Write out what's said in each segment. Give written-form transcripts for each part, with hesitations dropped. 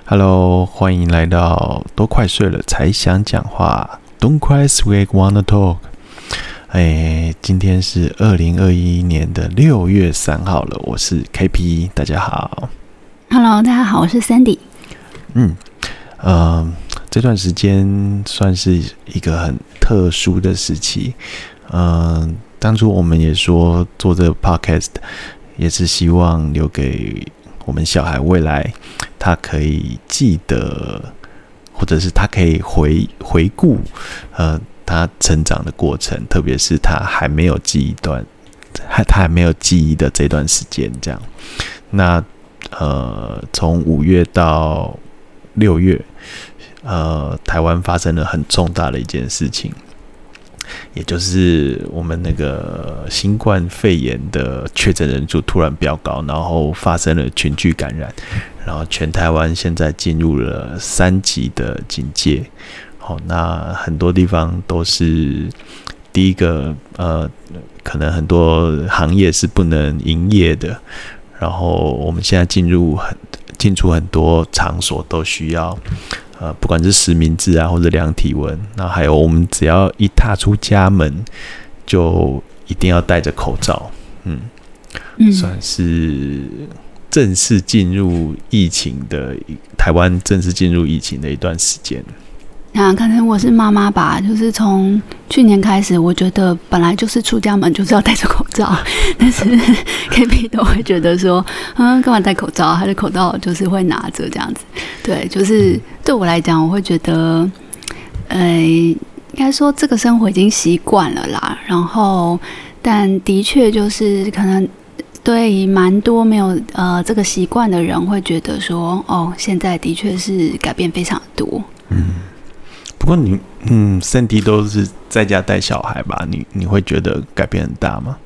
Hello，欢迎来到都快睡了才想讲话 ，Don't cry, sweet wanna talk。今天是2021年的6月3号了，我是 KP， 大家好。 Hello， 大家好，我是 Sandy。 这段时间算是一个很特殊的时期。当初我们也说做这个 podcast， 也是希望留给我们小孩未来，他可以记得，或者是他可以回顾，他成长的过程，特别是他还没有记忆的这段时间，这样。那从5月到6月，台湾发生了很重大的一件事情。也就是我们那个新冠肺炎的确诊人数突然飙高，然后发生了群聚感染，然后全台湾现在进入了3级的警戒。那很多地方都是第一个，可能很多行业是不能营业的，然后我们现在进出很多场所都需要。不管是实名制啊，或者量体温，那还有我们只要一踏出家门，就一定要戴着口罩，算是正式进入疫情的台湾正式进入疫情的一段时间。 可能我是妈妈吧，就是从去年开始，我觉得本来就是出家门就是要戴着口罩，但是 KP 都会觉得说，干嘛戴口罩？他的口罩就是会拿着这样子。对，就是对我来讲，我会觉得，应该说这个生活已经习惯了啦。然后，但的确就是可能对蛮多没有这个习惯的人会觉得说，现在的确是改变非常多。 不过你Sandy 都是在家带小孩吧？你会觉得改变很大吗？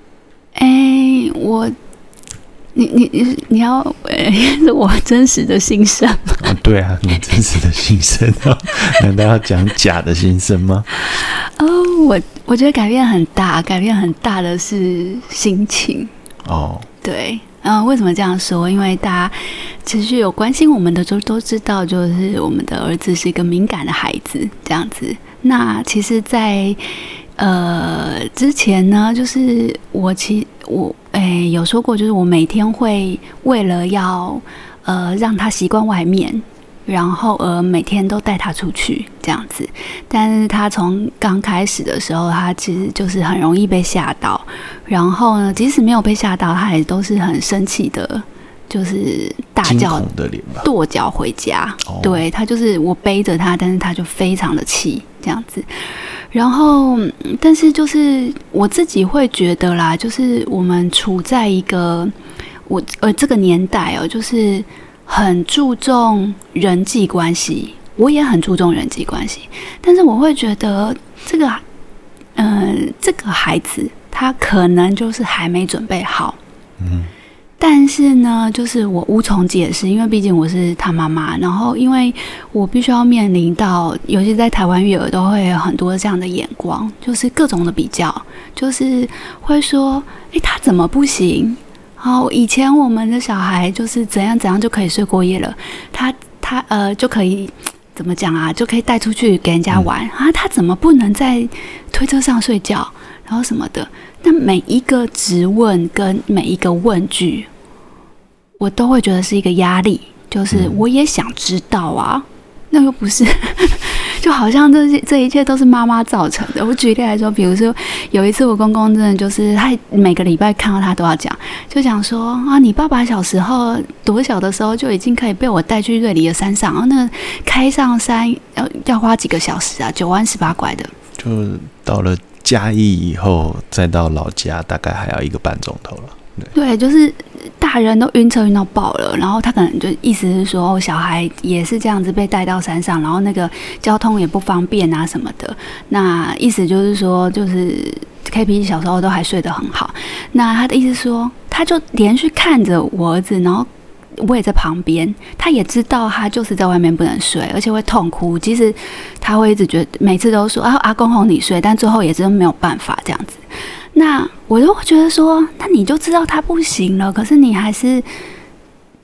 你要是我真实的心声吗？ 对啊，你真实的心声难道要讲假的心声吗？ 我觉得改变很大的是心情。对。为什么这样说？因为大家持续有关心我们的都知道，就是我们的儿子是一个敏感的孩子，这样子。那其实在，之前呢，就是我有说过，就是我每天会为了要让他习惯外面，然后每天都带他出去这样子。但是他从刚开始的时候，他其实就是很容易被吓到，然后呢，即使没有被吓到，他也都是很生气的，就是大叫跺脚回家。对，他就是我背着他，但是他就非常的气这样子。然后但是就是我自己会觉得啦，就是我们处在一个这个年代就是很注重人际关系，我也很注重人际关系，但是我会觉得这个孩子他可能就是还没准备好，但是呢，就是我无从解释，因为毕竟我是他妈妈，然后因为我必须要面临到，尤其在台湾育儿都会有很多这样的眼光，就是各种的比较，就是会说，他怎么不行？以前我们的小孩就是怎样就可以睡过夜了，他就可以怎么讲啊？就可以带出去给人家玩他怎么不能在推车上睡觉？然后什么的？那每一个质问跟每一个问句，我都会觉得是一个压力，就是我也想知道啊，那又不是。就好像这一切都是妈妈造成的。我举例来说，比如说有一次我公公真的就是他每个礼拜看到他都要讲，就讲说你爸爸小时候多小的时候就已经可以被我带去瑞里的山上，然后那开上山要花几个小时啊，9弯18拐的。 就到了嘉义以后，再到老家大概还要1个半钟头了。 对，就是大人都晕车晕到爆了，然后他可能就意思是说，小孩也是这样子被带到山上，然后那个交通也不方便啊什么的。那意思就是说，就是 KP 小时候都还睡得很好。那他的意思是说，他就连续看着我儿子，然后我也在旁边，他也知道他就是在外面不能睡，而且会痛哭。即使他会一直觉得每次都说阿公哄你睡，但最后也真的没有办法这样子。那我就会觉得说，那你就知道他不行了，可是你还是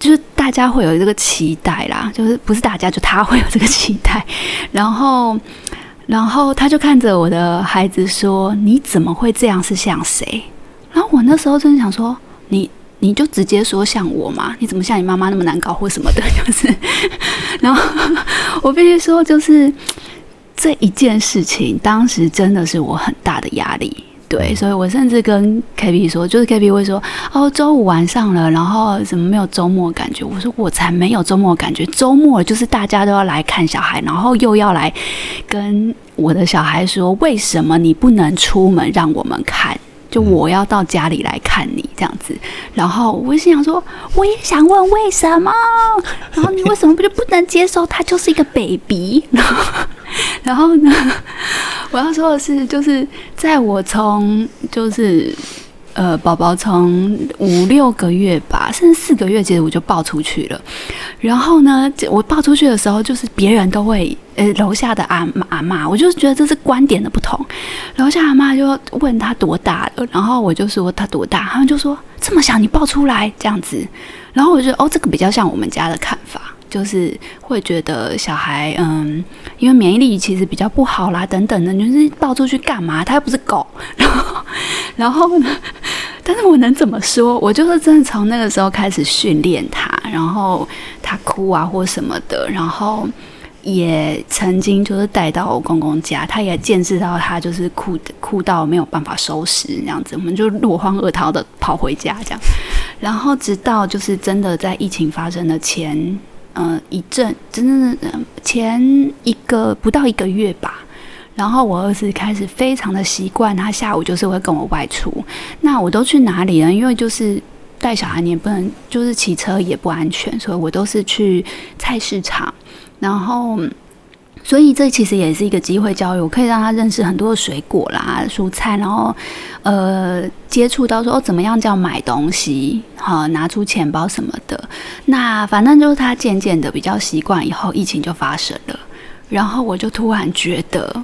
就是大家会有这个期待啦，就是不是大家，就他会有这个期待，然后他就看着我的孩子说：“你怎么会这样？是像谁？”然后我那时候真的想说：“你就直接说像我嘛，你怎么像你妈妈那么难搞或什么的？”就是，然后我必须说，就是这一件事情，当时真的是我很大的压力。对，所以我甚至跟 KB 说，就是 KB 会说：“哦，周五晚上了，然后怎么没有周末的感觉？”我说：“我才没有周末的感觉，周末就是大家都要来看小孩，然后又要来跟我的小孩说，为什么你不能出门让我们看？就我要到家里来看你这样子。”然后我心想说，我也想问为什么，然后你为什么就不能接受他就是一个 baby？ 然后呢，我要说的是，就是在我从就是宝宝从5-6个月吧，甚至4个月，其实我就抱出去了。然后呢，我抱出去的时候，就是别人都会楼下的阿嬷，我就觉得这是观点的不同。楼下阿嬷就问他多大了，然后我就说他多大，他们就说这么小你抱出来这样子。然后我就觉得这个比较像我们家的看法。就是会觉得小孩，因为免疫力其实比较不好啦，等等的，你就是抱出去干嘛？他又不是狗，然后呢？但是我能怎么说？我就是真的从那个时候开始训练他，然后他哭啊或什么的，然后也曾经就是带到我公公家，他也见识到他就是哭到没有办法收拾这样子，我们就落荒而逃的跑回家这样，然后直到就是真的在疫情发生的前。真的前不到1个月吧，然后我儿子开始非常的习惯，他下午就是会跟我外出。那我都去哪里呢？因为就是带小孩你也不能，就是骑车也不安全，所以我都是去菜市场，然后。所以这其实也是一个机会教育，我可以让他认识很多的水果啦、蔬菜，然后接触到说怎么样叫买东西，好拿出钱包什么的。那反正就是他渐渐的比较习惯，以后疫情就发生了，然后我就突然觉得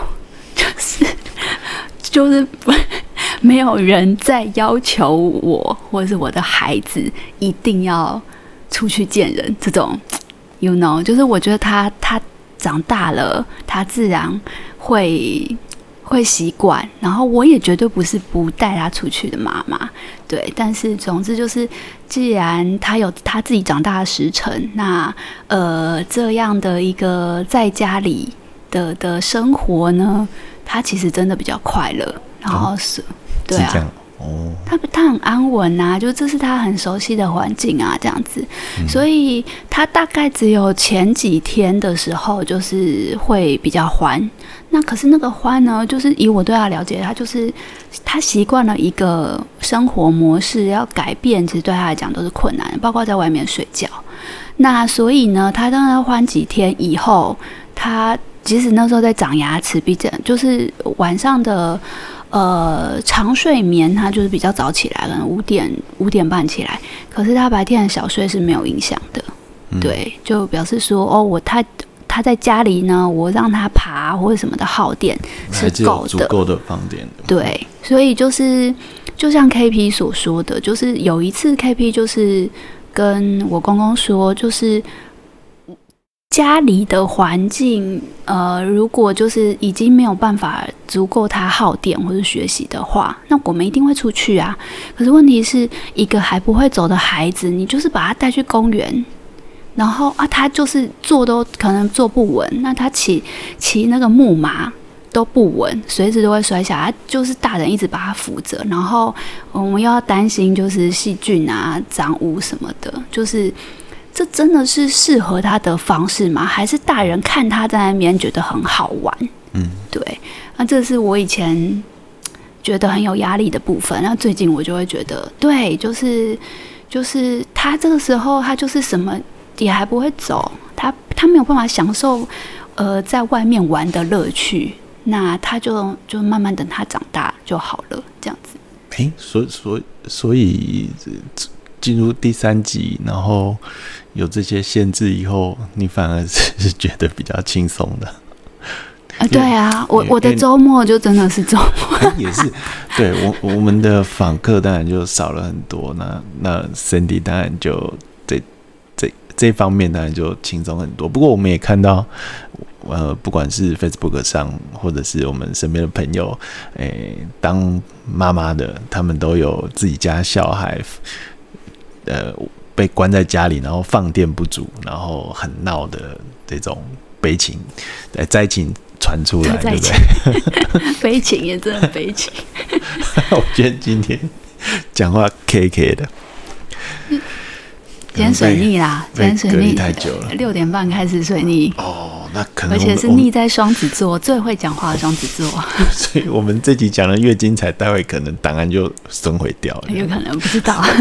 就是没有人在要求我或者是我的孩子一定要出去见人，这种 you know， 就是我觉得他长大了，他自然会习惯，然后我也绝对不是不带他出去的妈妈，对。但是总之就是，既然他有他自己长大的时辰，那这样的一个在家里的生活呢，他其实真的比较快乐，然后对啊。他很安稳啊，就这是他很熟悉的环境啊，这样子，所以他大概只有前几天的时候，就是会比较欢。那可是那个欢呢，就是以我对他了解，他习惯了一个生活模式，要改变，其实对他来讲都是困难的，包括在外面睡觉。那所以呢，他当然欢几天以后，他即使那时候在长牙齿，就是晚上的。长睡眠他就是比较早起来，可能5点半起来，可是他白天的小睡是没有影响的，对，就表示说他在家里呢，我让他爬或者什么的耗电是够的， 足够的放电的， 对，所以就像 KP 所说的，就是有一次 KP 就是跟我公公说，就是家里的环境，如果就是已经没有办法足够他耗电或者学习的话，那我们一定会出去啊。可是问题是一个还不会走的孩子，你就是把他带去公园，然后他就是都可能坐不稳，那他骑那个木马都不稳，随时都会摔下来，就是大人一直把他扶着，然后我们又要担心就是细菌啊、脏污什么的，就是。这真的是适合他的方式吗？还是大人看他在那边觉得很好玩？对。那这是我以前觉得很有压力的部分。那最近我就会觉得，对，就是他这个时候他就是什么也还不会走，他没有办法享受在外面玩的乐趣。那他就慢慢等他长大就好了，这样子。 所以。进入第3集，然后有这些限制以后，你反而是觉得比较轻松的。 对啊，我的周末就真的是周末， 也是对我们的访客当然就少了很多。那 Sandy 当然就这方面当然就轻松很多。不过我们也看到，不管是 Facebook 上，或者是我们身边的朋友，当妈妈的，他们都有自己家小孩，被关在家里，然后放电不足，然后很闹的这种悲情、灾情传出来，对不对？ 悲情也真的悲情。 我觉得今天讲话 KK 的。 今天水逆啦，今天水逆太久了 ，6点半开始水逆。 哦，那可能而且是逆在双子座，最会讲话的双子座。 所以我们这集讲的越精彩，待会可能档案就损毁掉了。 有可能不知道。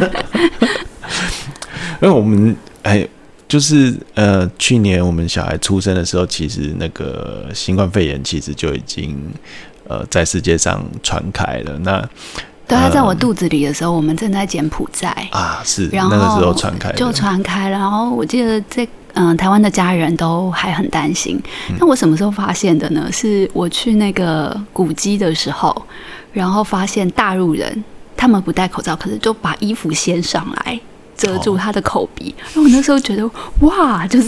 因为我们就是去年我们小孩出生的时候，其实那个新冠肺炎其实就已经在世界上传开了。那对，他在我肚子里的时候，我们正在柬埔寨啊，是， 然后那个时候传开了， 就传开了。然后我记得台湾的家人都还很担心。那我什么时候发现的呢？是我去那个古迹的时候，然后发现大陆人他们不戴口罩，可是就把衣服掀上来遮住他的口鼻。然后我那时候觉得哇，就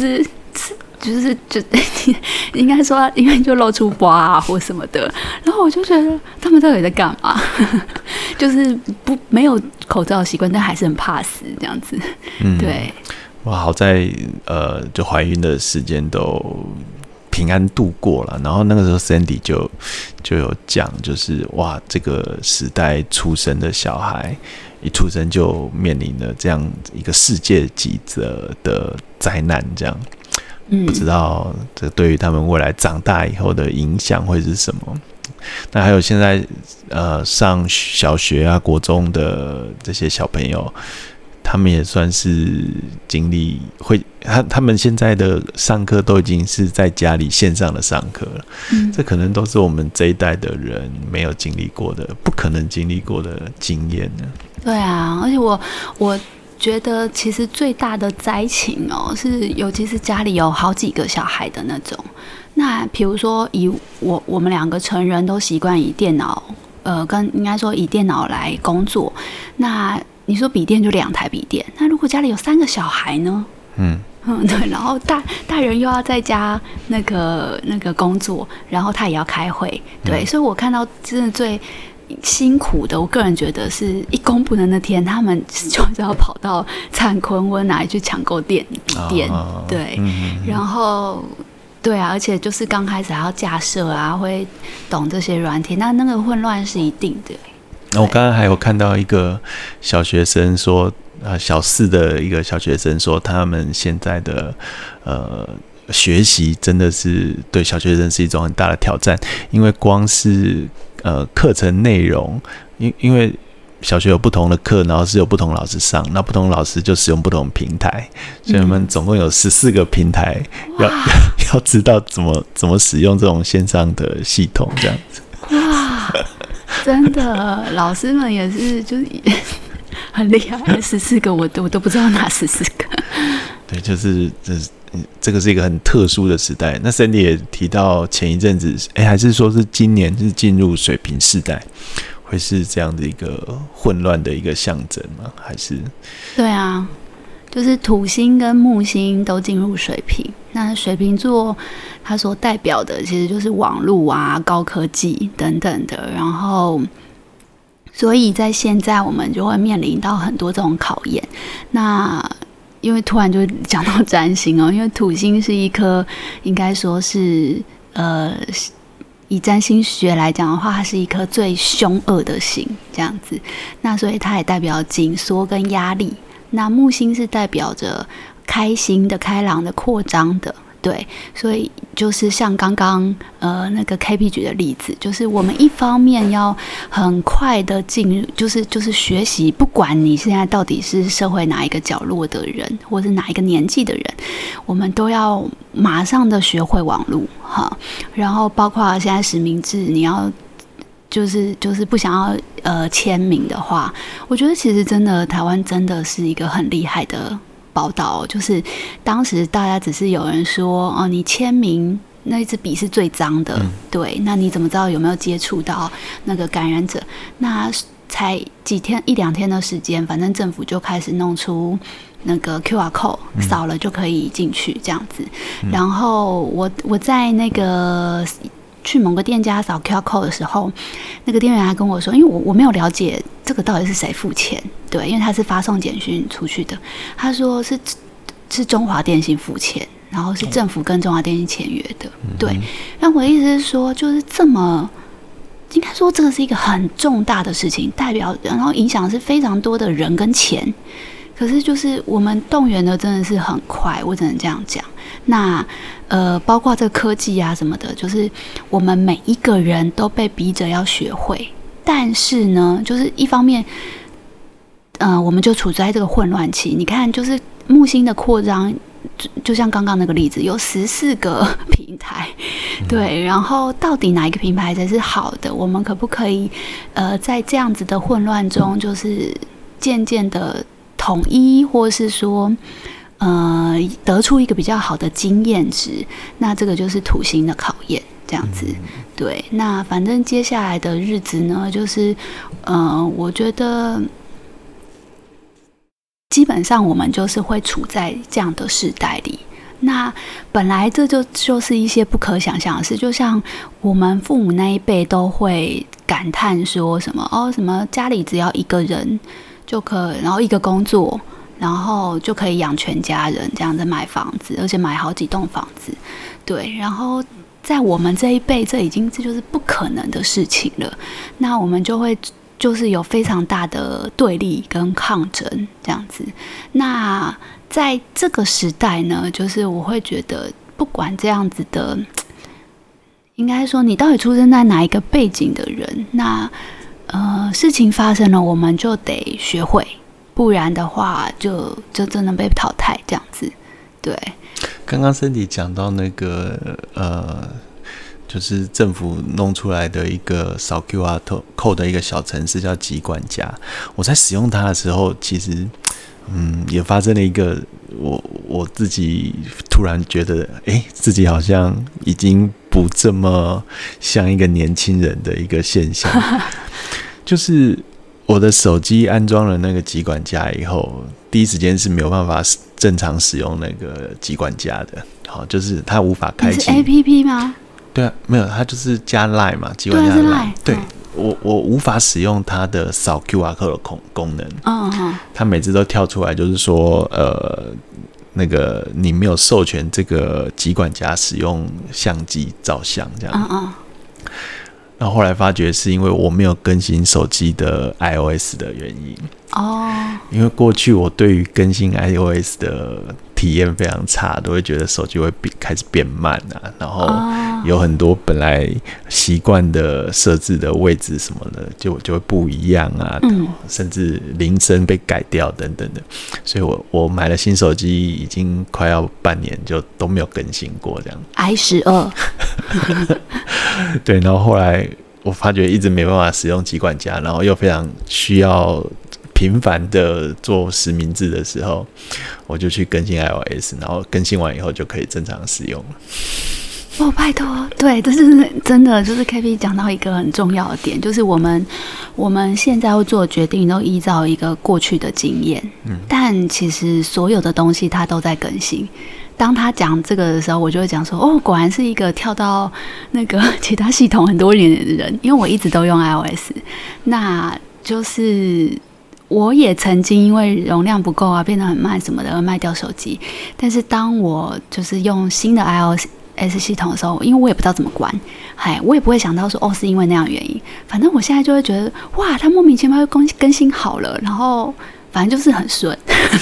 应该说，因为就露出哇或什么的，然后我就觉得他们到底在干嘛？就是没有口罩的习惯，但还是很怕死这样子。对， 哇，好在就怀孕的时间都平安度过了。然后那个时候 Sandy 就有讲，就是哇，这个时代出生的小孩一出生就面临了这样一个世界级的灾难，这样。不知道这对于他们未来长大以后的影响会是什么？那还有现在上小学啊、国中的这些小朋友，他们也算是经历他们现在的上课都已经是在家里线上的上课了。这可能都是我们这一代的人没有经历过的、不可能经历过的经验呢。 对啊，而且我觉得其实最大的灾情是尤其是家里有好几个小孩的那种。那比如说以我们2个成人都习惯以电脑应该说以电脑来工作，那你说笔电就2台笔电，那如果家里有3个小孩呢？对，然后大人又要在家那个工作，然后他也要开会，对，所以我看到真的最辛苦的，我个人觉得是一公布的那天，他们就是要跑到灿坤温哪里去抢购笔电，对，然后对啊，而且就是刚开始还要架设啊，会懂这些软体，那个混乱是一定的。 我刚刚还有看到一个小学生说，小4的一个小学生说，他们现在的学习真的是对小学生是一种很大的挑战，因为光是课程内容，因为小学有不同的课，然后是有不同老师上，那不同老师就使用不同平台，所以我们总共有14个平台，要知道怎么使用这种线上的系统，这样子。哇， 真的，老师们也是就是很厉害，14个我都不知道哪14个。 对，就是这个是一个很特殊的时代。那 Sandy 也提到前一阵子，还是说是今年是进入水瓶世代，会是这样的一个混乱的一个象征吗？还是？对啊，就是土星跟木星都进入水瓶。那水瓶座它所代表的其实就是网络啊、高科技等等的，然后所以在现在我们就会面临到很多这种考验。那因为突然就讲到占星因为土星是一颗应该说是以占星学来讲的话，它是一颗最凶恶的星这样子，那所以它也代表紧缩跟压力。那木星是代表着开心的、开朗的、扩张的，对，所以就是像刚刚那个 KP 举的例子，就是我们一方面要很快的进入，就是学习，不管你现在到底是社会哪一个角落的人，或是哪一个年纪的人，我们都要马上的学会网络哈。然后包括现在实名制，你要就是不想要签名的话，我觉得其实真的台湾真的是一个很厉害的报道，就是当时大家只是有人说你签名那一支笔是最脏的，对，那你怎么知道有没有接触到那个感染者？那才1-2天的时间，反正政府就开始弄出那个 QR code 扫了就可以进去这样子。然后我在那个去某个店家扫 QR code 的时候，那个店员还跟我说，因为我没有了解这个到底是谁付钱，对，因为他是发送简讯出去的，他说是中华电信付钱，然后是政府跟中华电信签约的，对。那我的意思是说，就是这么。应该说，这个是一个很重大的事情，代表然后影响是非常多的人跟钱。可是就是我们动员的真的是很快，我只能这样讲。那包括这个科技啊什么的，就是我们每一个人都被逼着要学会。但是呢，就是一方面，我们就处在这个混乱期。你看，就是木星的扩张。就像刚刚那个例子，有14个平台，对，然后到底哪一个平台才是好的？我们可不可以在这样子的混乱中，就是渐渐的统一，或是说得出一个比较好的经验值？那这个就是土星的考验，这样子。对，那反正接下来的日子呢，就是我觉得。基本上我们就是会处在这样的世代里，那本来这就是一些不可想象的事，就像我们父母那一辈都会感叹说什么什么家里只要一个人就可，然后一个工作，然后就可以养全家人，这样子买房子，而且买好几栋房子，对，然后在我们这一辈，这就是不可能的事情了，那我们就是有非常大的对立跟抗争这样子。那在这个时代呢，就是我会觉得，不管这样子的，应该说你到底出生在哪一个背景的人，那事情发生了，我们就得学会，不然的话就真的被淘汰这样子。对。 刚刚Cindy讲到那个就是政府弄出来的一个扫 QR code 的一个小程式叫疾管家。我在使用它的时候，其实也发生了一个我自己突然觉得，自己好像已经不这么像一个年轻人的一个现象。就是我的手机安装了那个疾管家以后，第一时间是没有办法正常使用那个疾管家的。好，就是它无法开启。 是 APP 吗？ 对啊，没有，它就是加 LINE 嘛，疾管家 LINE。对，我无法使用它的扫 QR code 的功能。它每次都跳出来，就是说，那个你没有授权这个疾管家使用相机照相这样。然后后来发觉是因为我没有更新手机的 iOS 的原因。因为过去我对于更新 iOS 的体验非常差，都会觉得手机会开始变慢啊，然后有很多本来习惯的设置的位置什么的就会不一样啊，甚至铃声被改掉等等的，所以我买了新手机已经快要半年，就都没有更新过这样。 i12 对，然后后来我发觉一直没办法使用疾管家，然后又非常需要频繁的做实名制的时候，我就去更新 iOS， 然后更新完以后就可以正常使用了。 拜托，对，这是真的，就是 KP 讲到一个很重要的点，就是我们现在会做的决定都依照一个过去的经验，但其实所有的东西它都在更新。当他讲这个的时候，我就会讲说，果然是一个跳到那个其他系统很多年的人，因为我一直都用 iOS， 那就是我也曾经因为容量不够啊，变得很慢什么的而卖掉手机。但是当我就是用新的 iOS 系统的时候，因为我也不知道怎么关，我也不会想到说是因为那样的原因。反正我现在就会觉得，哇，它莫名其妙就更新好了，然后反正就是很顺。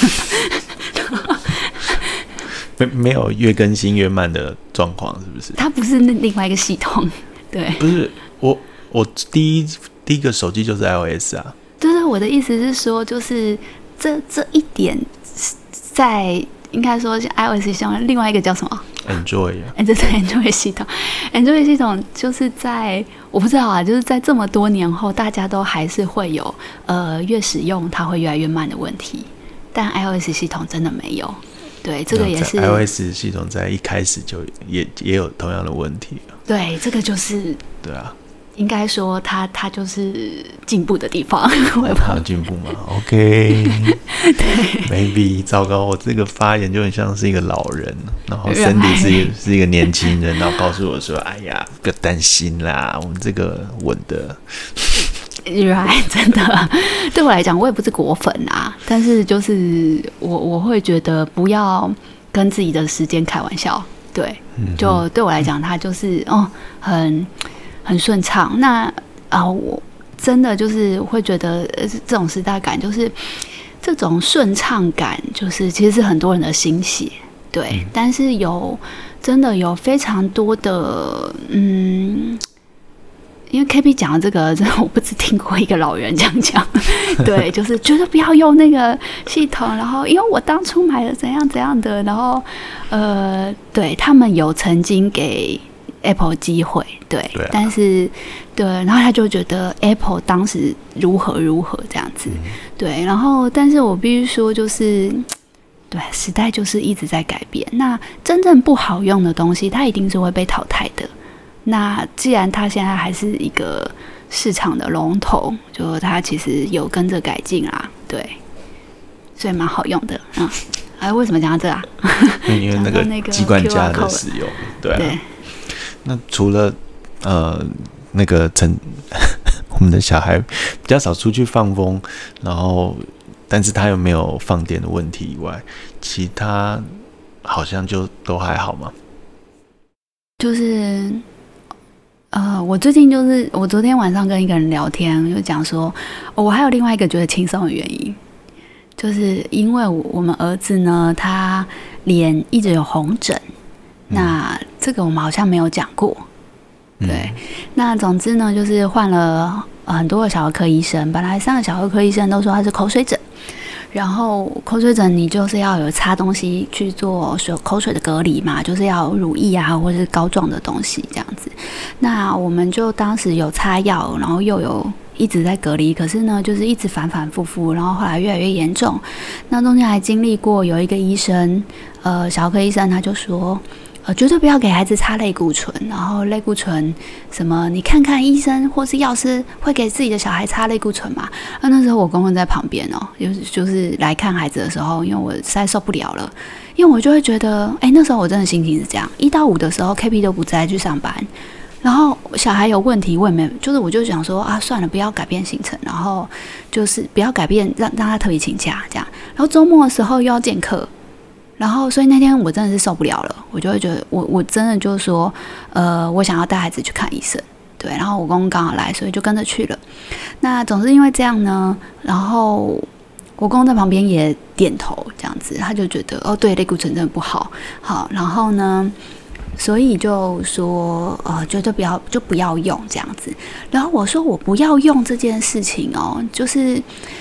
没有越更新越慢的状况，是不是？它不是另外一个系统，对。 不是我第一个手机就是 iOS 啊。 就是我的意思是说，就是这一点在应该说是 iOS 系统，另外一个叫什么 ？Android。 这是 Android 系统。Android 系统就是在我不知道啊，就是在这么多年后，大家都还是会有越使用它会越来越慢的问题，但 iOS 系统真的没有。对，这个也是 iOS 系统在一开始就也有同样的问题。 对，这个就是对啊。 应该说他就是进步的地方。 他有进步吗 ？OK， 对 ，maybe 糟糕，我这个发言就很像是一个老人，然后身体是一个年轻人，然后告诉我说：“哎呀，不要担心啦，我们这个稳的。” 真的，对我来讲，我也不是果粉啊，但是就是我会觉得不要跟自己的时间开玩笑。对，就对我来讲，它就是很顺畅。那我真的就是会觉得这种时代感，就是这种顺畅感，就是其实是很多人的心血。对，但是真的有非常多的因为 KB 讲的这个，真的我不只听过一个老人这样讲，对，就是绝对不要用那个系统，然后因为我当初买了怎样怎样的，然后对他们有曾经给 Apple 机会，对，但是对，然后他就觉得 Apple 当时如何这样子，对，然后但是我必须说，就是对时代就是一直在改变，那真正不好用的东西，它一定是会被淘汰的。那既然它现在还是一个市场的龙头，就它其实有跟着改进啦，对，所以蛮好用的为什么讲到这啊？ 因为那个机关架的使用，对啊。对，那除了那个我们的小孩比较少出去放风，然后但是他又没有放电的问题以外，其他好像就都还好嘛。 就是我最近就是我昨天晚上跟一个人聊天，就讲说，我还有另外一个觉得轻松的原因，就是因为我们儿子呢，他脸一直有红疹，那这个我们好像没有讲过，对，那总之呢，就是换了很多个小儿科医生，本来3个小儿科医生都说他是口水疹。然后口水疹你就是要有擦东西去做口水的隔离嘛，就是要有乳液啊或者是膏状的东西这样子。那我们就当时有擦药，然后又有一直在隔离，可是呢就是一直反反复复，然后后来越来越严重。那中间还经历过有一个医生，小儿科医生他就说。绝对不要给孩子擦类固醇，然后类固醇什么，你看看医生或是药师会给自己的小孩擦类固醇吗？那时候我公公在旁边就是来看孩子的时候，因为我实在受不了了，因为我就会觉得，那时候我真的心情是这样，1到5的时候 KP 都不在去上班，然后小孩有问题我也没，就是我就想说算了，不要改变行程，然后就是不要改变让他特别请假这样，然后周末的时候又要见课。然后，所以那天我真的是受不了了，我就会觉得我真的就是说，我想要带孩子去看医生，对，然后我公公刚好来，所以就跟着去了。那总是因为这样呢，然后我公公在旁边也点头，这样子，他就觉得对，类固醇真的不好，好，然后呢，所以就说绝对不要用这样子。然后我说我不要用这件事情就是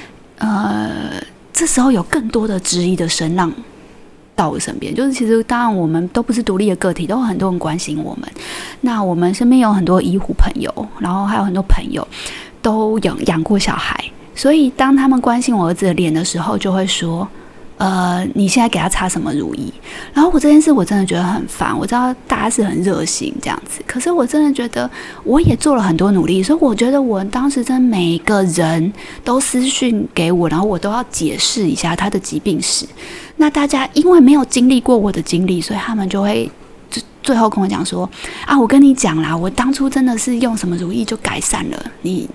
这时候有更多的质疑的声浪。到我身边，就是其实当然我们都不是独立的个体，都有很多人关心我们。那我们身边有很多医护朋友，然后还有很多朋友都养过小孩，所以当他们关心我儿子的脸的时候，就会说你现在给他擦什么乳液？然后我这件事我真的觉得很烦。我知道大家是很热心这样子，可是我真的觉得我也做了很多努力，所以我觉得我当时真的每一个人都私讯给我，然后我都要解释一下他的疾病史。那大家因为没有经历过我的经历，所以他们就会最后跟我讲说我跟你讲啦，我当初真的是用什么乳液就改善了，你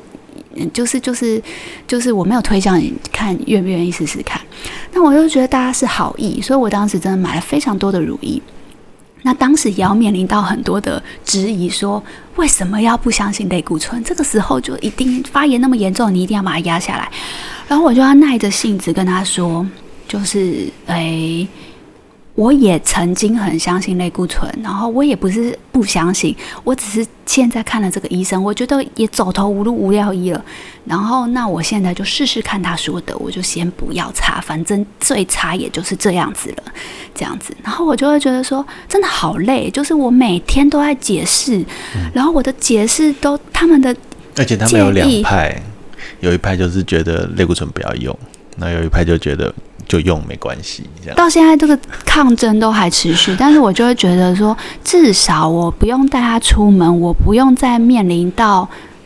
就是我没有推销你看愿不愿意试试看。那我就觉得大家是好意，所以我当时真的买了非常多的乳液。那当时也要面临到很多的质疑，说为什么要不相信类固醇？这个时候就一定发炎那么严重，你一定要把它压下来。然后我就要耐着性子跟他说，就是我也曾经很相信类固醇，然后我也不是不相信，我只是现在看了这个医生，我觉得也走投无路无药医了。然后那我现在就试试看他说的，我就先不要擦，反正最差也就是这样子了，这样子。然后我就会觉得说，真的好累，就是我每天都在解释，然后我的解释都他们的， 而且他们有2派，有一派就是觉得类固醇不要用，那有一派就觉得。就用没关系，这样到现在这个抗争都还持续，但是我就会觉得说，至少我不用带他出门，我不用再面临到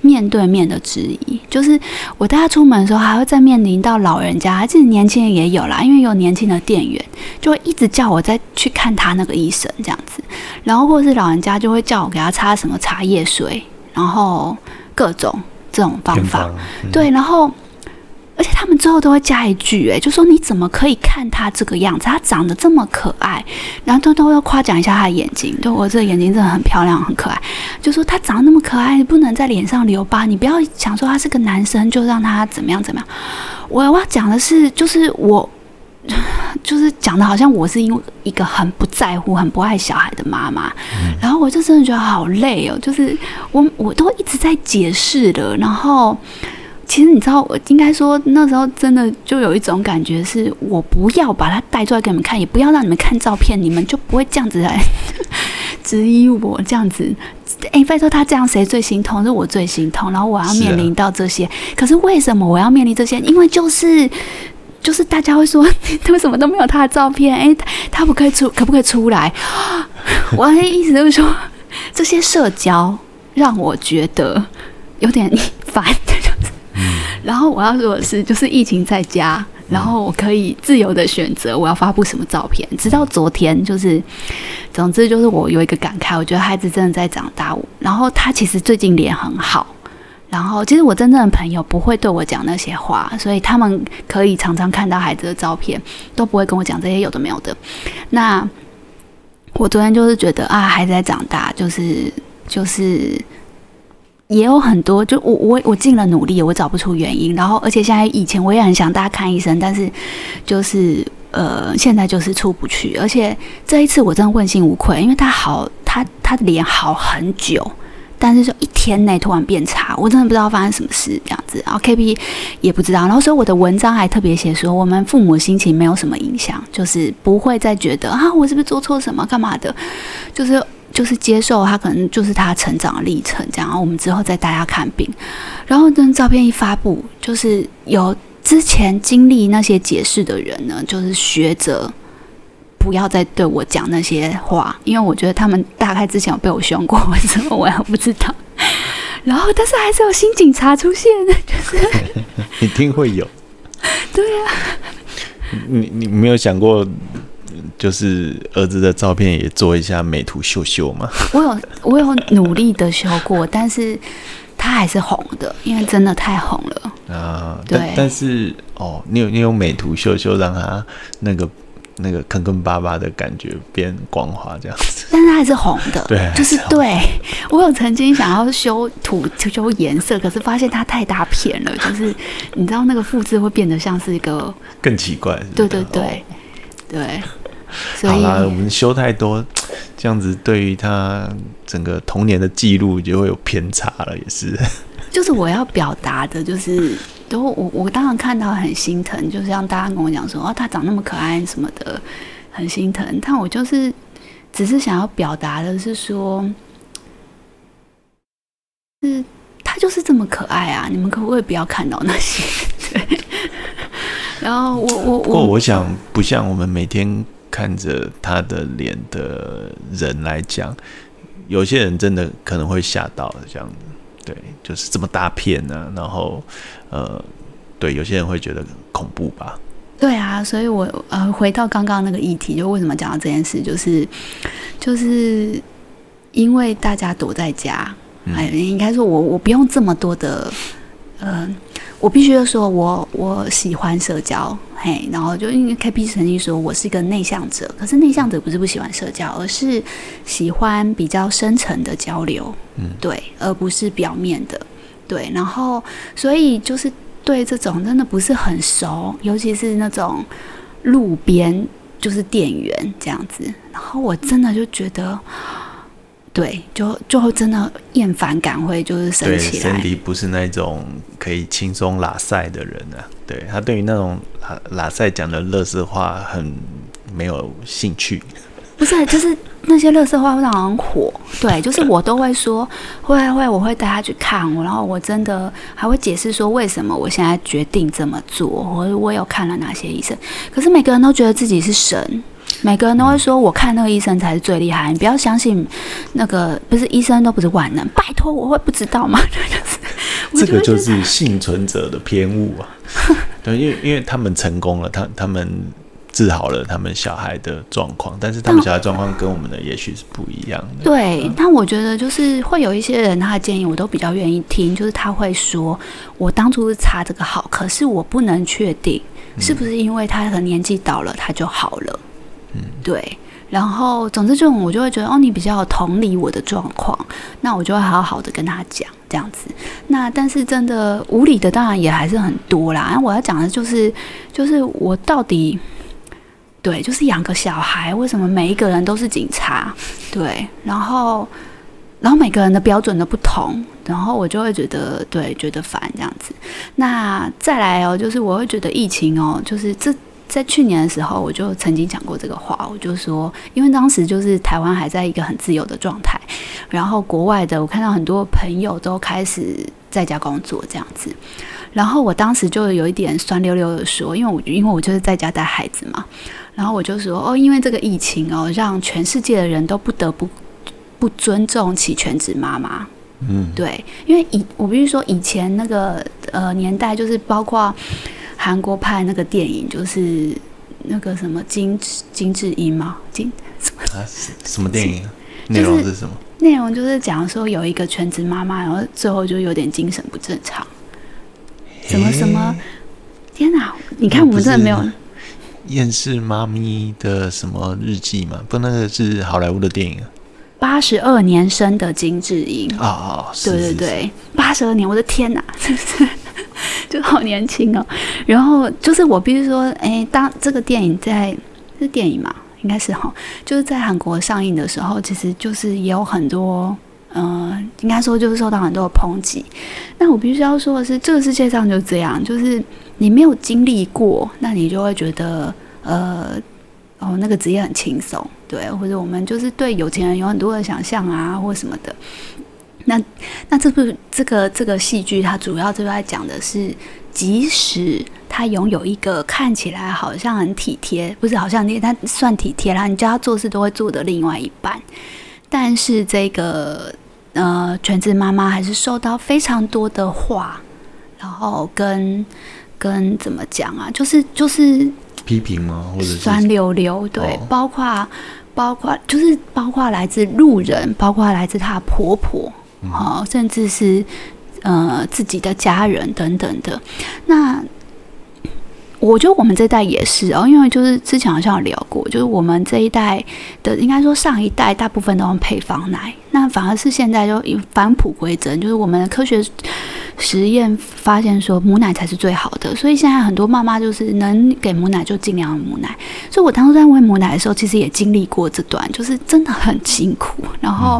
面对面的质疑，就是我带他出门的时候，还会再面临到老人家，其实年轻人也有啦，因为有年轻的店员就会一直叫我再去看他那个医生这样子，然后或者是老人家就会叫我给他擦什么茶叶水，然后各种这种方法，对，然后。而且他们最后都会加一句，就说你怎么可以看他这个样子？他长得这么可爱，然后都要夸奖一下他的眼睛。对，我这个眼睛真的很漂亮，很可爱。就说他长得那么可爱，不能在脸上留疤。你不要想说他是个男生就让他怎么样怎么样。我要讲的是，就是我。就是讲的好像我是因为一个很不在乎、很不爱小孩的妈妈，然后我就真的觉得好累哦。就是我都一直在解释了，然后。其实你知道，我应该说那时候真的就有一种感觉，是我不要把它带出来给你们看，也不要让你们看照片，你们就不会这样子来质疑我这样子。拜托他这样谁最心痛？是我最心痛，然后我要面临到这些。可是为什么我要面临这些？因为就是大家会说，为什么都没有他的照片？他可不可以出来？我的意思就是说，这些社交让我觉得有点烦。然后我要说的是，就是疫情在家，然后我可以自由的选择我要发布什么照片。直到昨天，总之就是我有一个感慨，我觉得孩子真的在长大。然后他其实最近脸很好，然后其实我真正的朋友不会对我讲那些话，所以他们可以常常看到孩子的照片，都不会跟我讲这些有的没有的。那我昨天就是觉得孩子在长大，就是也有很多，就我尽了努力，我找不出原因。然后，而且现在以前我也很想大家看医生，但是就是现在就是出不去。而且这一次我真的问心无愧，因为他的脸好很久，但是就一天内突然变差，我真的不知道发生什么事这样子。然后 KP 也不知道，然后所以我的文章还特别写说，我们父母心情没有什么影响，就是不会再觉得我是不是做错什么干嘛的，就是接受他可能就是他成长的历程，这样，然后我们之后再带他看病。然后等照片一发布，就是有之前经历那些解释的人呢，就是学着不要再对我讲那些话，因为我觉得他们大概之前有被我凶过，为什么我也不知道。然后，但是还是有新警察出现，就是一定会有。 对啊， 你没有想过？就是儿子的照片也做一下美图秀秀嘛。我有努力的修过，但是他还是红的，因为真的太红了。对。但是你有美图秀秀让他那个坑坑巴巴的感觉变光滑这样子。 但是他还是红的。 对， 就是对。我有曾经想要修图修颜色，可是发现它太大片了，就是你知道那个复制会变得像是一个更奇怪。 对。对。 好啦，我们修太多，这样子对于他整个童年的记录就会有偏差了，也是。 就是我要表达的，就是我当然看到很心疼，就是像大家跟我讲说他长那么可爱什么的，很心疼。但我只是想要表达的是说，他就是这么可爱啊！你们可不可以不要看到那些？对。然后不过我想不像我们每天看着他的脸的人来讲，有些人真的可能会吓到这样子，对，就是这么大片呢，然后对，有些人会觉得恐怖吧。 对啊，所以我回到刚刚那个议题，就为什么讲到这件事，就是因为大家躲在家，应该说我不用这么多的我必须说我喜欢社交，然后就因为 KP 曾经说我是一个内向者，可是内向者不是不喜欢社交，而是喜欢比较深层的交流，对，而不是表面的，对，然后所以就是对这种真的不是很熟，尤其是那种路边就是店员这样子，然后我真的就觉得。对，就真的厌烦感会就是升起来。 对，Sandy不是那种可以轻松拉塞的人啊。对，他对于那种拉塞讲的垃圾话很没有兴趣。 不是，就是那些垃圾话会让人火。对，就是我都会说我会带他去看我，然后我真的还会解释说为什么我现在决定这么做，我有看了哪些医生。可是每个人都觉得自己是神。每个人都会说，我看那个医生才是最厉害。你不要相信那个，不是医生都不是万能。拜托，我会不知道吗？ 这个就是幸存者的偏误啊。对，因为他们成功了，他们治好了他们小孩的状况，但是他们小孩状况跟我们的也许是不一样的。 对，但我觉得就是会有一些人他的建议我都比较愿意听，就是他会说我当初是查这个好，可是我不能确定是不是因为他的年纪到了他就好了。对。然后总之这种我就会觉得你比较同理我的状况，那我就会好好的跟他讲这样子。那但是真的无理的当然也还是很多啦。我要讲的就是我到底对，就是养个小孩，为什么每一个人都是警察？对，然后每个人的标准都不同，然后我就会觉得觉得烦这样子。那再来就是我会觉得疫情就是在去年的时候，我就曾经讲过这个话，我就说，因为当时就是台湾还在一个很自由的状态，然后国外的我看到很多朋友都开始在家工作这样子，然后我当时就有一点酸溜溜的说，因为我就是在家带孩子嘛，然后我就说因为这个疫情让全世界的人都不得不尊重起全职妈妈。对，因为我必须说以前那个年代，就是包括韩国拍那个电影，就是那个什么金智英吗？ 什么电影？内容是什么？ 内容就是讲说有一个全职妈妈，然后最后就有点精神不正常。什么？天哪！你看我们真的没有厌世妈咪的什么日记吗？不，那个是好莱坞的电影啊。 82年生的金智英对，82年，我的天哪，是不是？就好年轻哦。然后就是我必须说，当这个电影是电影嘛，应该是就是在韩国上映的时候，其实就是也有很多应该说就是受到很多的抨击。那我必须要说的是，这个世界上就这样，就是你没有经历过，那你就会觉得那个职业很轻松，对，或者我们就是对有钱人有很多的想象啊，或什么的。那这个戏剧，它主要就在讲的是，即使他拥有一个看起来好像很体贴，不是好像他算体贴啦，你叫他做事都会做的另外一半，但是这个全职妈妈还是受到非常多的话，然后跟怎么讲啊，就是批评吗？或者是酸溜溜，对，包括来自路人，包括来自她的婆婆，甚至是自己的家人等等的。那我觉得我们这一代也是因为就是之前好像有聊过，就是我们这一代的，应该说上一代大部分都用配方奶，那反而是现在就返璞归真，就是我们的科学实验发现说母奶才是最好的，所以现在很多妈妈就是能给母奶就尽量母奶。所以我当初在喂母奶的时候，其实也经历过这段，就是真的很辛苦。然后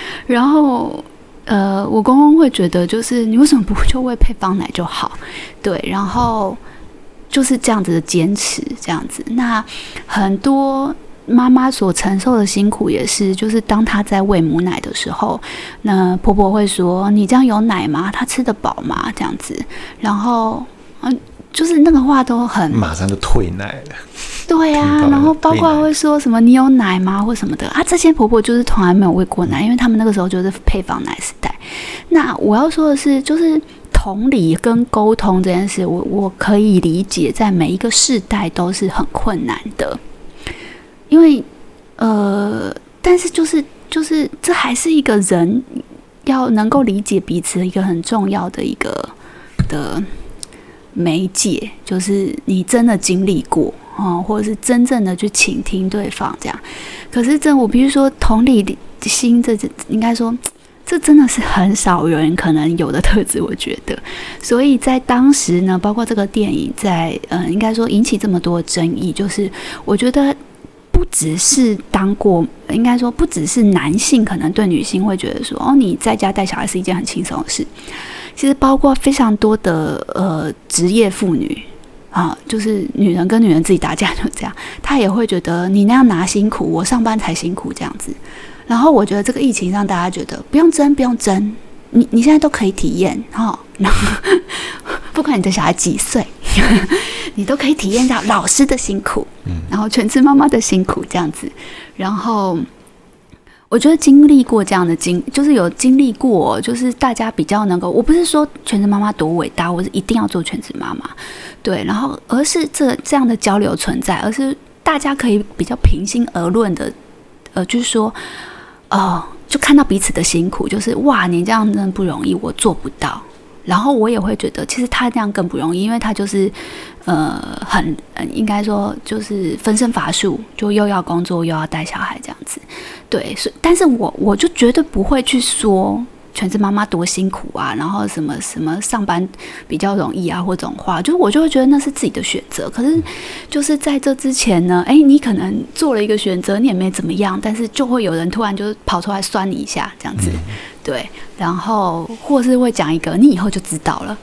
我公公会觉得，就是你为什么不就喂配方奶就好？对，然后就是这样子的坚持，这样子。那很多妈妈所承受的辛苦也是，就是当她在喂母奶的时候，那婆婆会说：“你这样有奶吗？她吃得饱吗？”这样子，然后就是那个话都很马上就退奶了。 对啊，然后包括会说什么“你有奶吗”或什么的啊，这些婆婆就是从来没有喂过奶，因为他们那个时候就是配方奶时代。那我要说的是，就是同理跟沟通这件事，我可以理解，在每一个世代都是很困难的。因为但是就是这还是一个人要能够理解彼此的一个很重要的一个的媒介，就是你真的经历过或者是真正的去倾听对方这样。可是我必须说，同理心这应该说这真的是很少人可能有的特质，我觉得。所以在当时呢，包括这个电影在应该说引起这么多的争议，就是我觉得不只是应该说不只是男性可能对女性会觉得说你在家带小孩是一件很轻松的事，其实包括非常多的职业妇女就是女人跟女人自己打架就这样，她也会觉得你那样拿辛苦，我上班才辛苦这样子。然后我觉得这个疫情让大家觉得不用争，你现在都可以体验然后不管你的小孩几岁你都可以体验到老师的辛苦，然后全职妈妈的辛苦这样子。然后我觉得经历过这样的就是有经历过，就是大家比较能够，我不是说全职妈妈多伟大，我是一定要做全职妈妈，对，然后而是这样的交流存在，而是大家可以比较平心而论的，就是说，就看到彼此的辛苦，就是哇，你这样真的不容易，我做不到。然后我也会觉得，其实他这样更不容易，因为他就是应该说就是分身乏术，就又要工作又要带小孩这样子。对，但是我就绝对不会去说全职妈妈多辛苦啊，然后什么什么上班比较容易啊，或这种话，就是我就会觉得那是自己的选择。可是就是在这之前呢，你可能做了一个选择，你也没怎么样，但是就会有人突然就跑出来酸你一下，这样子。对，然后或是会讲一个，你以后就知道了。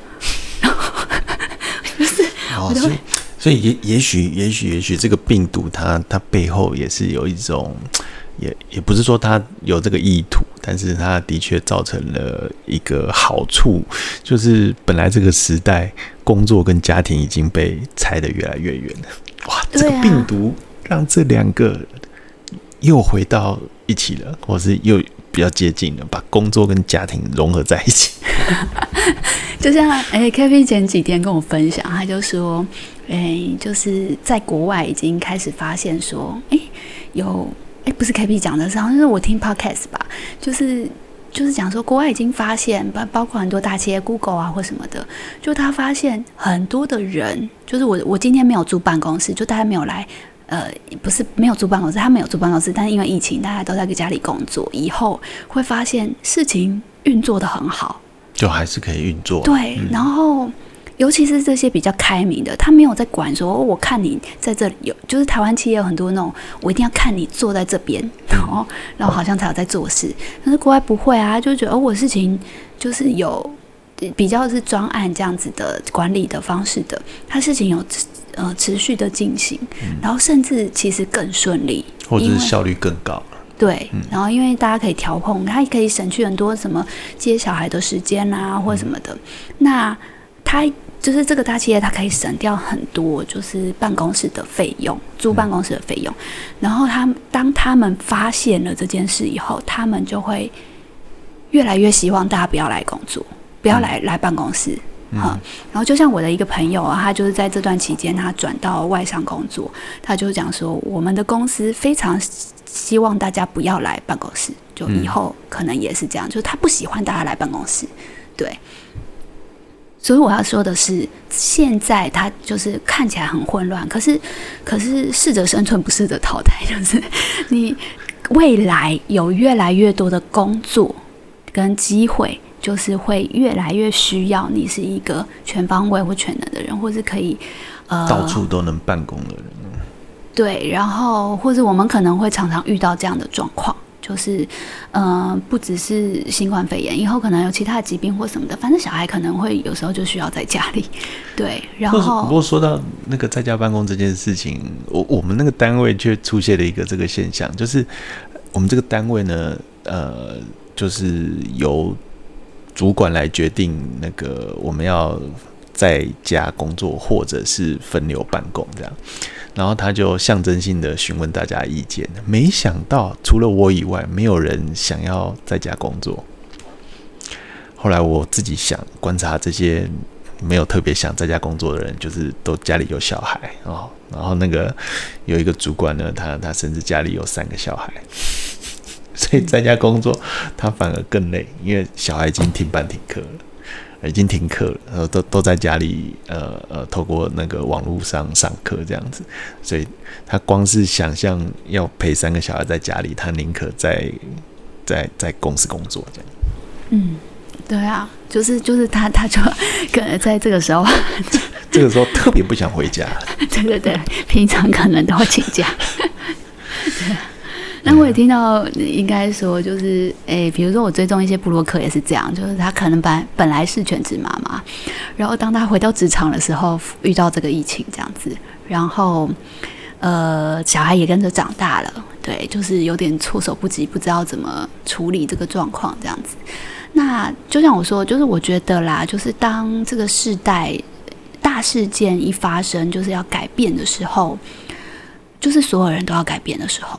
就是我就会， 所以也许这个病毒它背后也是有一种。也不是说他有这个意图，但是他的确造成了一个好处，就是本来这个时代工作跟家庭已经被拆得越来越远了。哇，这个病毒让这两个又回到一起了，或是又比较接近了，把工作跟家庭融合在一起。 就像KP 前几天跟我分享，他就说，就是在国外已经开始发现说，不是 KP 讲的，好像是我听 podcast 吧，就是讲说国外已经发现，包括很多大企业 Google 啊或什么的，就他发现很多的人，就是我今天没有租办公室，就大家没有来，不是没有租办公室，他没有租办公室，但是因为疫情，大家都在家里工作，以后会发现事情运作得很好， 就还是可以运作。 对，然后。尤其是这些比较开明的，他没有在管说，我看你在这里就是台湾企业有很多那种，我一定要看你坐在这边，然后好像才有在做事。但是国外不会啊，就觉得我事情就是有比较是专案这样子的管理的方式的，他事情有持续的进行，然后甚至其实更顺利， 或者是效率更高。 对，然后因为大家可以调控，他可以省去很多什么接小孩的时间啊，或什么的。那他就是这个大企业，它可以省掉很多，就是办公室的费用，租办公室的费用。然后当他们发现了这件事以后，他们就会越来越希望大家不要来工作，不要来办公室。然后就像我的一个朋友啊，他就是在这段期间，他转到外商工作，他就讲说，我们的公司非常希望大家不要来办公室，就以后可能也是这样，就是他不喜欢大家来办公室，对。所以我要说的是，现在它就是看起来很混乱，可是适者生存，不适者淘汰，就是你未来有越来越多的工作跟机会，就是会越来越需要你是一个全方位或全能的人，或是可以到处都能办公的人。 对，然后或者我们可能会常常遇到这样的状况。就是不只是新冠肺炎，以后可能有其他的疾病或什么的，反正小孩可能会有时候就需要在家里。对，然后不过说到那个在家办公这件事情，我们那个单位却出现了一个这个现象，就是我们这个单位呢，就是由主管来决定那个我们要在家工作或者是分流办公这样。然后他就象征性的询问大家意见，没想到除了我以外，没有人想要在家工作。后来我自己想观察这些没有特别想在家工作的人，就是都家里有小孩哦。然后那个有一个主管呢，他甚至家里有3个小孩，所以在家工作他反而更累，因为小孩已经停班停课了。已经停课了，都在家里，透过那个网络上上课这样子，所以他光是想象要陪3个小孩在家里，他宁可在公司工作这样。 对啊，就是他就可能在这个时候特别不想回家。 对，平常可能都会请假。对。那我也听到，应该说就是，比如说我追踪一些部落客也是这样，就是他可能本来是全职妈妈，然后当他回到职场的时候，遇到这个疫情这样子，然后小孩也跟着长大了，对，就是有点措手不及，不知道怎么处理这个状况这样子。那就像我说，就是我觉得啦，就是当这个世代大事件一发生，就是要改变的时候，就是所有人都要改变的时候了。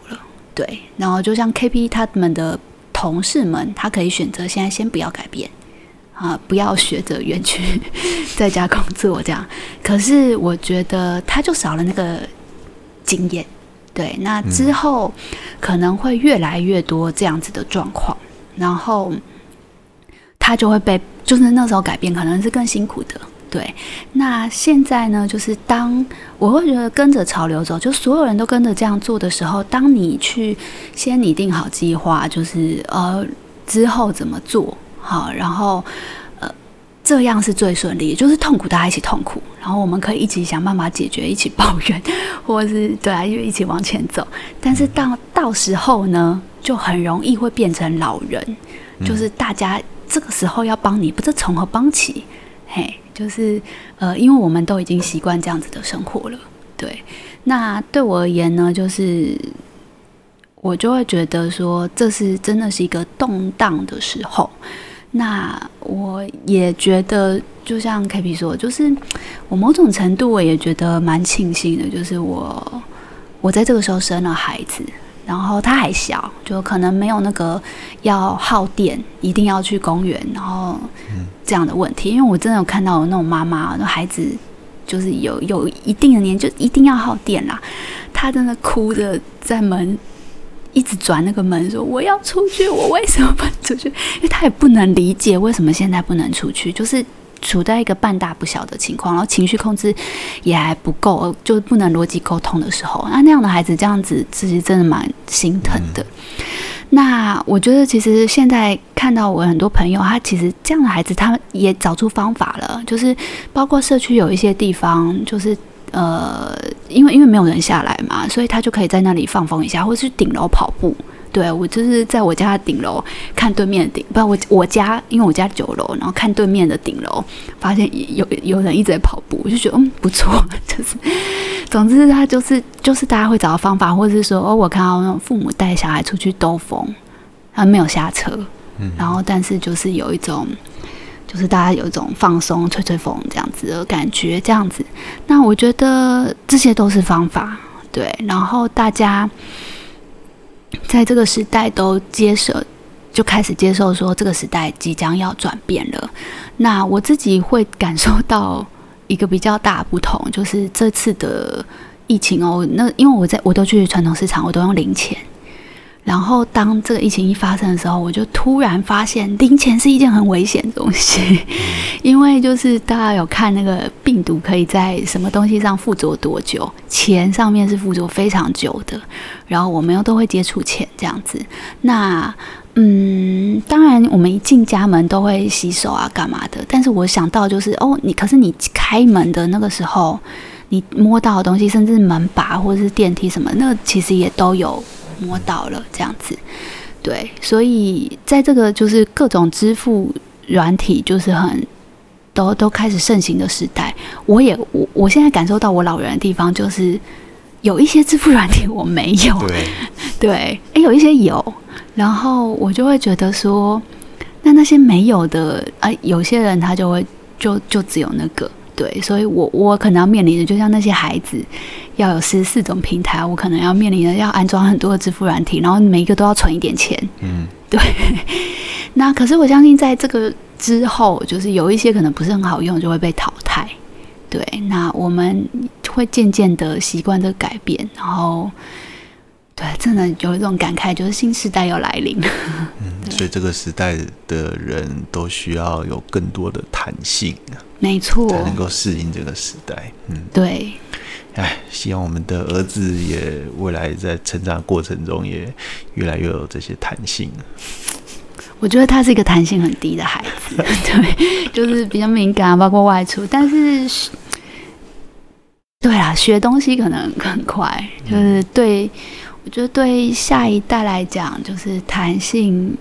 对，然后就像 KP 他们的同事们，他可以选择现在先不要改变不要学着远去在家工作这样。可是我觉得他就少了那个经验，对，那之后可能会越来越多这样子的状况，然后他就会被，就是那时候改变可能是更辛苦的。对，那现在呢，就是当我会觉得跟着潮流走，就所有人都跟着这样做的时候，当你去先拟定好计划，就是之后怎么做好，然后这样是最顺利，就是痛苦大家一起痛苦，然后我们可以一起想办法解决，一起抱怨，或者是对啊，一起往前走。但是到时候呢，就很容易会变成老人，就是大家这个时候要帮你，不知道从何帮起，嘿。就是因为我们都已经习惯这样子的生活了，对。那对我而言呢，就是我就会觉得说，这是真的是一个动荡的时候。那我也觉得，就像 KP 说，就是我某种程度我也觉得蛮庆幸的，就是我在这个时候生了孩子。然后他还小，就可能没有那个要耗电，一定要去公园，然后这样的问题。因为我真的有看到有那种妈妈，那孩子就是有一定的年纪，就一定要耗电啦。他真的哭着在门一直转那个门，说我要出去，我为什么不能出去？因为他也不能理解为什么现在不能出去，就是处在一个半大不小的情况，然后情绪控制也还不够，就不能逻辑沟通的时候，那样的孩子这样子，其实真的蛮心疼的。那我觉得其实现在看到我很多朋友，他其实这样的孩子，他也找出方法了，就是包括社区有一些地方，就是因为没有人下来嘛，所以他就可以在那里放风一下，或是去顶楼跑步。对，我就是在我家的顶楼看对面的顶，不，我家因为我家9楼，然后看对面的顶楼，发现有人一直在跑步，我就觉得不错，就是总之他就是大家会找到方法，或者是说我看到那种父母带小孩出去兜风，他没有下车，然后但是就是有一种。就是大家有一种放松、吹风这样子的感觉，这样子。那我觉得这些都是方法，对。然后大家在这个时代都就开始接受说这个时代即将要转变了。那我自己会感受到一个比较大的不同，就是这次的疫情那因为我都去传统市场，我都用零钱。然后当这个疫情一发生的时候，我就突然发现零钱是一件很危险的东西，因为就是大家有看那个病毒可以在什么东西上附着多久，钱上面是附着非常久的，然后我们又都会接触钱这样子。那当然我们一进家门都会洗手啊干嘛的，但是我想到就是可是你开门的那个时候，你摸到的东西，甚至门把或者是电梯什么，那其实也都有摸到了这样子。对，所以在这个就是各种支付软体就是都开始盛行的时代，我现在感受到我老人的地方就是有一些支付软体我没有，对，有一些有，然后我就会觉得说，那些没有的有些人他就会就只有那个。对，所以我可能要面临的，就像那些孩子要有14种平台，我可能要面临的要安装很多的支付软体，然后每一个都要存一点钱。对。那可是我相信，在这个之后，就是有一些可能不是很好用，就会被淘汰。对，那我们会渐渐的习惯这个改变，然后，对，真的有一种感慨，就是新时代要来临。 所以这个时代的人都需要有更多的弹性， 没错， 才能够适应这个时代。 对。 希望我们的儿子也未来在成长过程中也越来越有这些弹性。 我觉得他是一个弹性很低的孩子，对，就是比较敏感，包括外出，但是，对啦，学东西可能很快，就是对。我觉得对下一代来讲，就是弹性，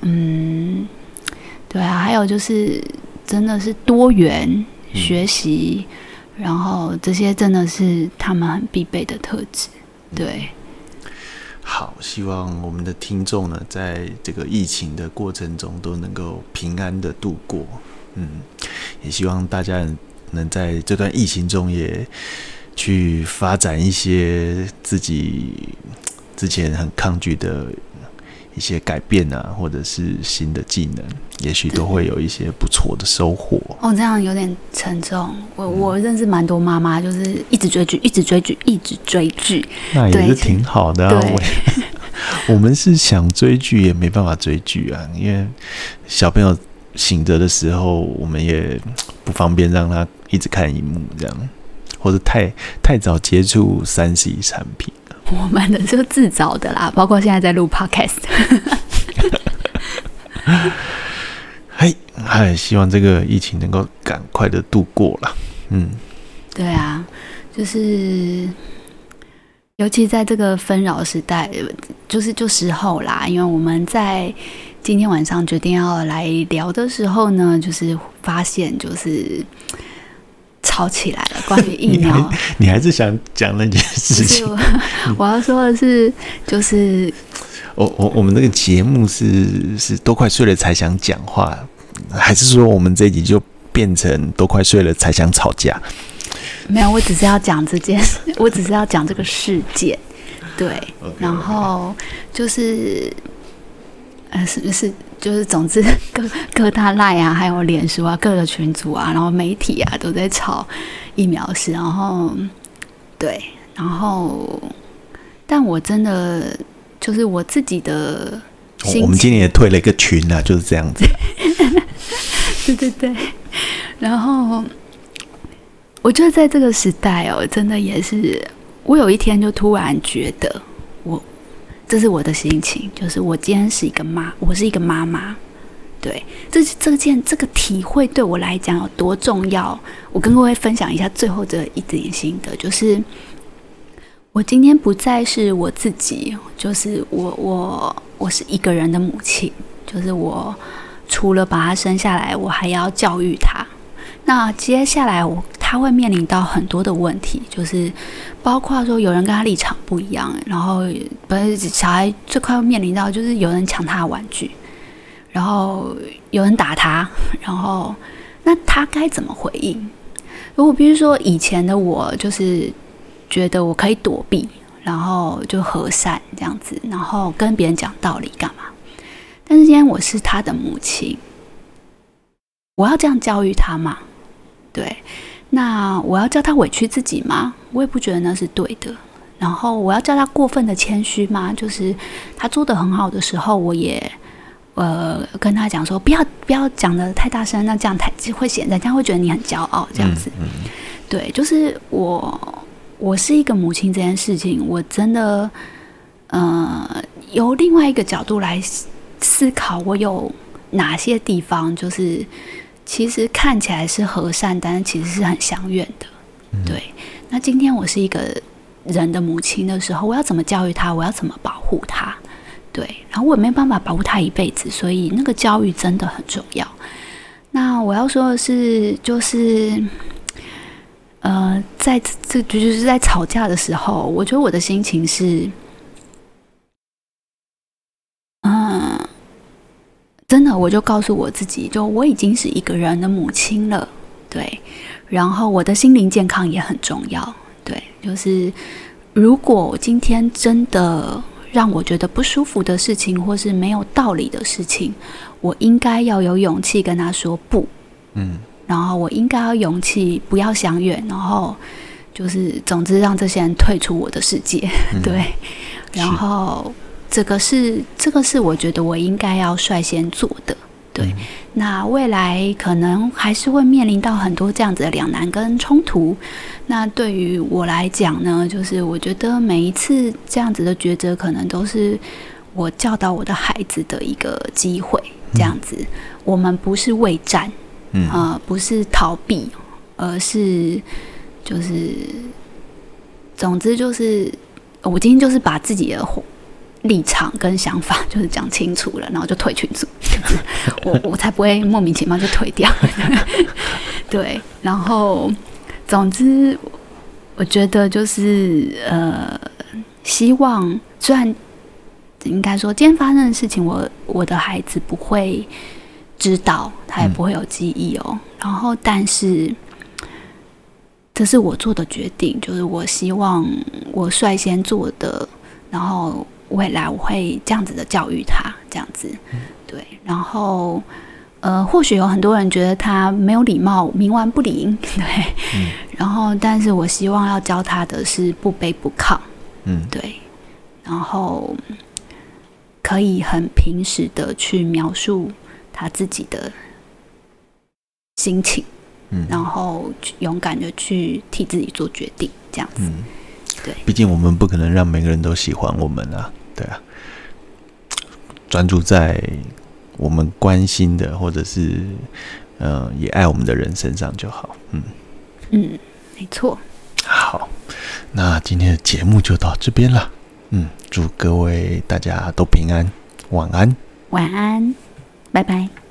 对啊，还有就是真的是多元学习，然后这些真的是他们很必备的特质。对， 好，希望我们的听众呢，在这个疫情的过程中都能够平安的度过。也希望大家能在这段疫情中也去发展一些自己之前很抗拒的一些改变啊，或者是新的技能，也许都会有一些不错的收获。 这样有点沉重。我认识蛮多妈妈，就是一直追剧，一直追剧，一直追剧， 那也是挺好的啊。我们是想追剧也没办法追剧啊，因为小朋友醒着的时候，我们也不方便让他一直看荧幕这样，或者太早接触3C 产品。 我们的就自找的啦，包括现在在录 podcast。 希望这个疫情能够赶快的度过啦。 对啊，就是尤其在这个纷扰时代，就时候啦，因为我们在今天晚上决定要来聊的时候呢，就是发现就是吵起来了，关于疫苗。 你还是想讲那件事情？ 我要说的是，就是我们那个节目是都快睡了才想讲话，还是说我们这一集就变成都快睡了才想吵架？ 没有，我只是要讲这件事，我只是要讲这个事件，对， okay. 然后就是就是总之各大 LINE 啊，还有脸书啊，各个群组啊，然后媒体啊都在吵疫苗事，然后对，然后但我真的就是我自己的心情， 我们今年也退了一个群啊，就是这样子。 对，然后我觉得在这个时代真的也是，我有一天就突然觉得这是我的心情，就是我今天是我是一个妈妈，对，这个体会对我来讲有多重要，我跟各位分享一下最后这一点心得，就是我今天不再是我自己，就是我是一个人的母亲，就是我除了把她生下来，我还要教育她。那接下来他会面临到很多的问题，就是包括说有人跟他立场不一样，然后小孩最快要面临到就是有人抢他的玩具，然后有人打他，然后那他该怎么回应？如果比如说以前的我就是觉得我可以躲避，然后就和善这样子，然后跟别人讲道理干嘛？但是今天我是他的母亲，我要这样教育他吗？对，那我要叫他委屈自己吗？我也不觉得那是对的。然后我要叫他过分的谦虚吗？就是他做得很好的时候，我也跟他讲说，不要讲得太大声，那这样会显人家会觉得你很骄傲这样子。对，就是我是一个母亲这件事情，我真的由另外一个角度来思考，我有哪些地方就是其实看起来是和善，但是其实是很相怨的。对，那今天我是一个人的母亲的时候，我要怎么教育他？我要怎么保护他？对，然后我也没办法保护他一辈子，所以那个教育真的很重要。那我要说的是，就是在就是在吵架的时候，我觉得我的心情是，真的，我就告诉我自己，就我已经是一个人的母亲了，对，然后我的心灵健康也很重要，对，就是如果我今天真的让我觉得不舒服的事情，或是没有道理的事情，我应该要有勇气跟他说不，然后我应该要勇气不要相怨，然后就是总之让这些人退出我的世界，对，然后这个是我觉得我应该要率先做的，对。那未来可能还是会面临到很多这样子的两难跟冲突。那对于我来讲呢，就是我觉得每一次这样子的抉择，可能都是我教导我的孩子的一个机会。这样子，我们不是畏战，不是逃避，而是就是总之就是我今天就是把自己的立场跟想法就是讲清楚了，然后就退群组，就是我才不会莫名其妙就退掉。对，然后总之我觉得就是希望虽然应该说今天发生的事情我的孩子不会知道，他也不会有记忆哦，然后但是这是我做的决定，就是我希望我率先做的然后未来我会这样子的教育他，这样子，对，然后或许有很多人觉得他没有礼貌，冥顽不灵，对，然后但是我希望要教他的是不卑不亢，对，然后可以很平实的去描述他自己的心情，然后勇敢的去替自己做决定，这样子，对， 毕竟我们不可能让每个人都喜欢我们啊，对啊，专注在我们关心的或者是也爱我们的人身上就好。 没错。 好，那今天的节目就到这边了。祝各位大家都平安，晚安。 晚安，拜拜。